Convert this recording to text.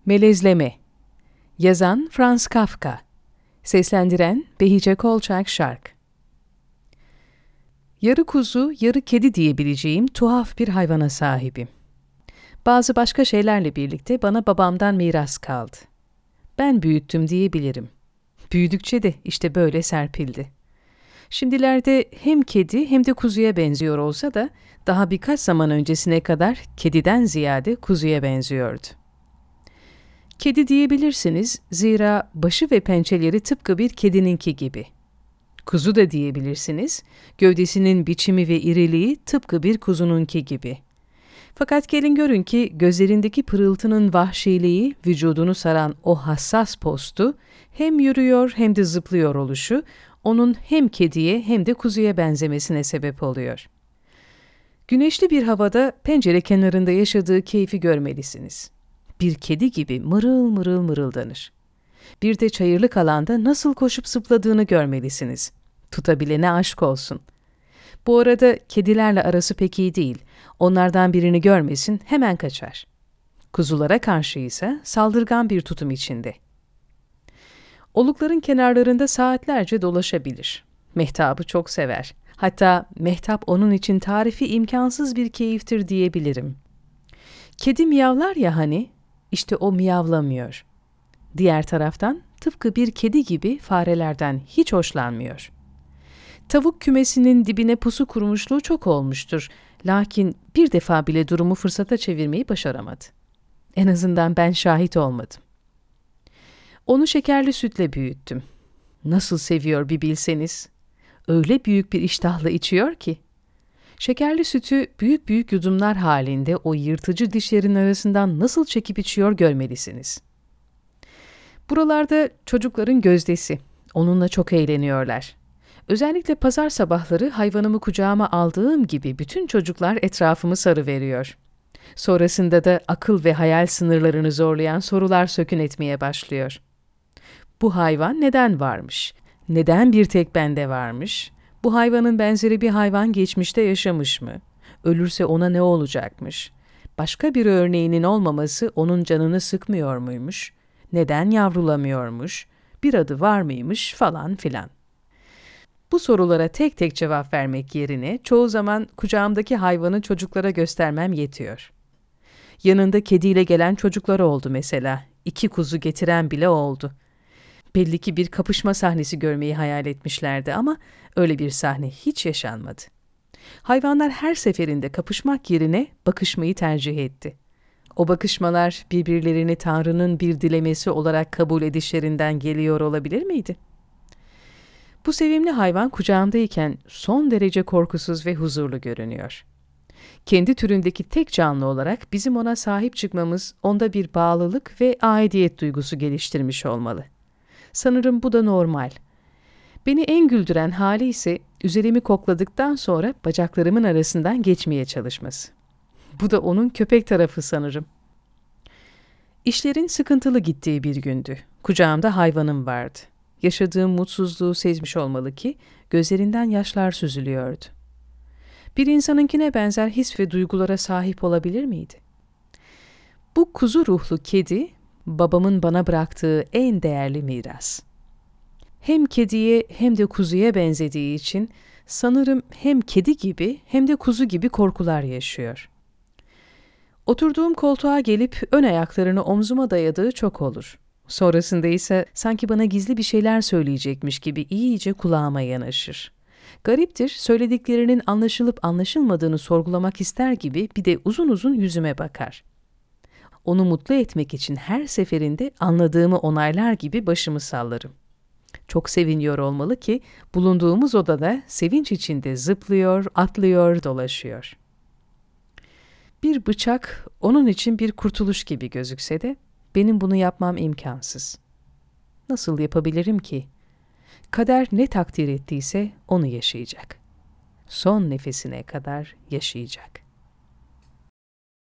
Melezleme. Yazan Franz Kafka. Seslendiren Behice Kolçak Şark. Yarı kuzu, yarı kedi diyebileceğim tuhaf bir hayvana sahibim. Bazı başka şeylerle birlikte bana babamdan miras kaldı. Ben büyüttüm diyebilirim. Büyüdükçe de işte böyle serpildi. Şimdilerde hem kedi hem de kuzuya benziyor olsa da daha birkaç zaman öncesine kadar kediden ziyade kuzuya benziyordu. Kedi diyebilirsiniz, zira başı ve pençeleri tıpkı bir kedininki gibi. Kuzu da diyebilirsiniz, gövdesinin biçimi ve iriliği tıpkı bir kuzununki gibi. Fakat gelin görün ki gözlerindeki pırıltının vahşiliği, vücudunu saran o hassas postu, hem yürüyor hem de zıplıyor oluşu, onun hem kediye hem de kuzuya benzemesine sebep oluyor. Güneşli bir havada pencere kenarında yaşadığı keyfi görmelisiniz. Bir kedi gibi mırıl mırıl mırıldanır. Bir de çayırlık alanda nasıl koşup zıpladığını görmelisiniz. Tutabilene aşk olsun. Bu arada kedilerle arası pek iyi değil. Onlardan birini görmesin hemen kaçar. Kuzulara karşı ise saldırgan bir tutum içinde. Olukların kenarlarında saatlerce dolaşabilir. Mehtabı çok sever. Hatta mehtap onun için tarifi imkansız bir keyiftir diyebilirim. Kedi miyavlar ya hani, işte o miyavlamıyor. Diğer taraftan tıpkı bir kedi gibi farelerden hiç hoşlanmıyor. Tavuk kümesinin dibine pusu kurmuşluğu çok olmuştur. Lakin bir defa bile durumu fırsata çevirmeyi başaramadı. En azından ben şahit olmadım. Onu şekerli sütle büyüttüm. Nasıl seviyor bir bilseniz. Öyle büyük bir iştahla içiyor ki. Şekerli sütü büyük büyük yudumlar halinde o yırtıcı dişlerin arasından nasıl çekip içiyor görmelisiniz. Buralarda çocukların gözdesi. Onunla çok eğleniyorlar. Özellikle pazar sabahları hayvanımı kucağıma aldığım gibi bütün çocuklar etrafımı sarıveriyor. Sonrasında da akıl ve hayal sınırlarını zorlayan sorular sökün etmeye başlıyor. Bu hayvan neden varmış? Neden bir tek bende varmış? Bu hayvanın benzeri bir hayvan geçmişte yaşamış mı? Ölürse ona ne olacakmış? Başka bir örneğinin olmaması onun canını sıkmıyor muymuş? Neden yavrulamıyormuş? Bir adı var mıymış falan filan. Bu sorulara tek tek cevap vermek yerine çoğu zaman kucağımdaki hayvanı çocuklara göstermem yetiyor. Yanında kediyle gelen çocuklar oldu mesela. 2 kuzu getiren bile oldu. Belli ki bir kapışma sahnesi görmeyi hayal etmişlerdi ama öyle bir sahne hiç yaşanmadı. Hayvanlar her seferinde kapışmak yerine bakışmayı tercih etti. O bakışmalar birbirlerini Tanrı'nın bir dilemesi olarak kabul edişlerinden geliyor olabilir miydi? Bu sevimli hayvan kucağımdayken son derece korkusuz ve huzurlu görünüyor. Kendi türündeki tek canlı olarak bizim ona sahip çıkmamız onda bir bağlılık ve aidiyet duygusu geliştirmiş olmalı. Sanırım bu da normal. Beni en güldüren hali ise üzerimi kokladıktan sonra bacaklarımın arasından geçmeye çalışması. Bu da onun köpek tarafı sanırım. İşlerin sıkıntılı gittiği bir gündü. Kucağımda hayvanım vardı. Yaşadığım mutsuzluğu sezmiş olmalı ki gözlerinden yaşlar süzülüyordu. Bir insanınkine benzer his ve duygulara sahip olabilir miydi? Bu kuzu ruhlu kedi, babamın bana bıraktığı en değerli miras. Hem kediye hem de kuzuya benzediği için sanırım hem kedi gibi hem de kuzu gibi korkular yaşıyor. Oturduğum koltuğa gelip ön ayaklarını omzuma dayadığı çok olur. Sonrasında ise sanki bana gizli bir şeyler söyleyecekmiş gibi iyice kulağıma yanaşır. Gariptir, söylediklerinin anlaşılıp anlaşılmadığını sorgulamak ister gibi bir de uzun uzun yüzüme bakar. Onu mutlu etmek için her seferinde anladığımı onaylar gibi başımı sallarım. Çok seviniyor olmalı ki bulunduğumuz odada sevinç içinde zıplıyor, atlıyor, dolaşıyor. Bir bıçak onun için bir kurtuluş gibi gözükse de benim bunu yapmam imkansız. Nasıl yapabilirim ki? Kader ne takdir ettiyse onu yaşayacak. Son nefesine kadar yaşayacak.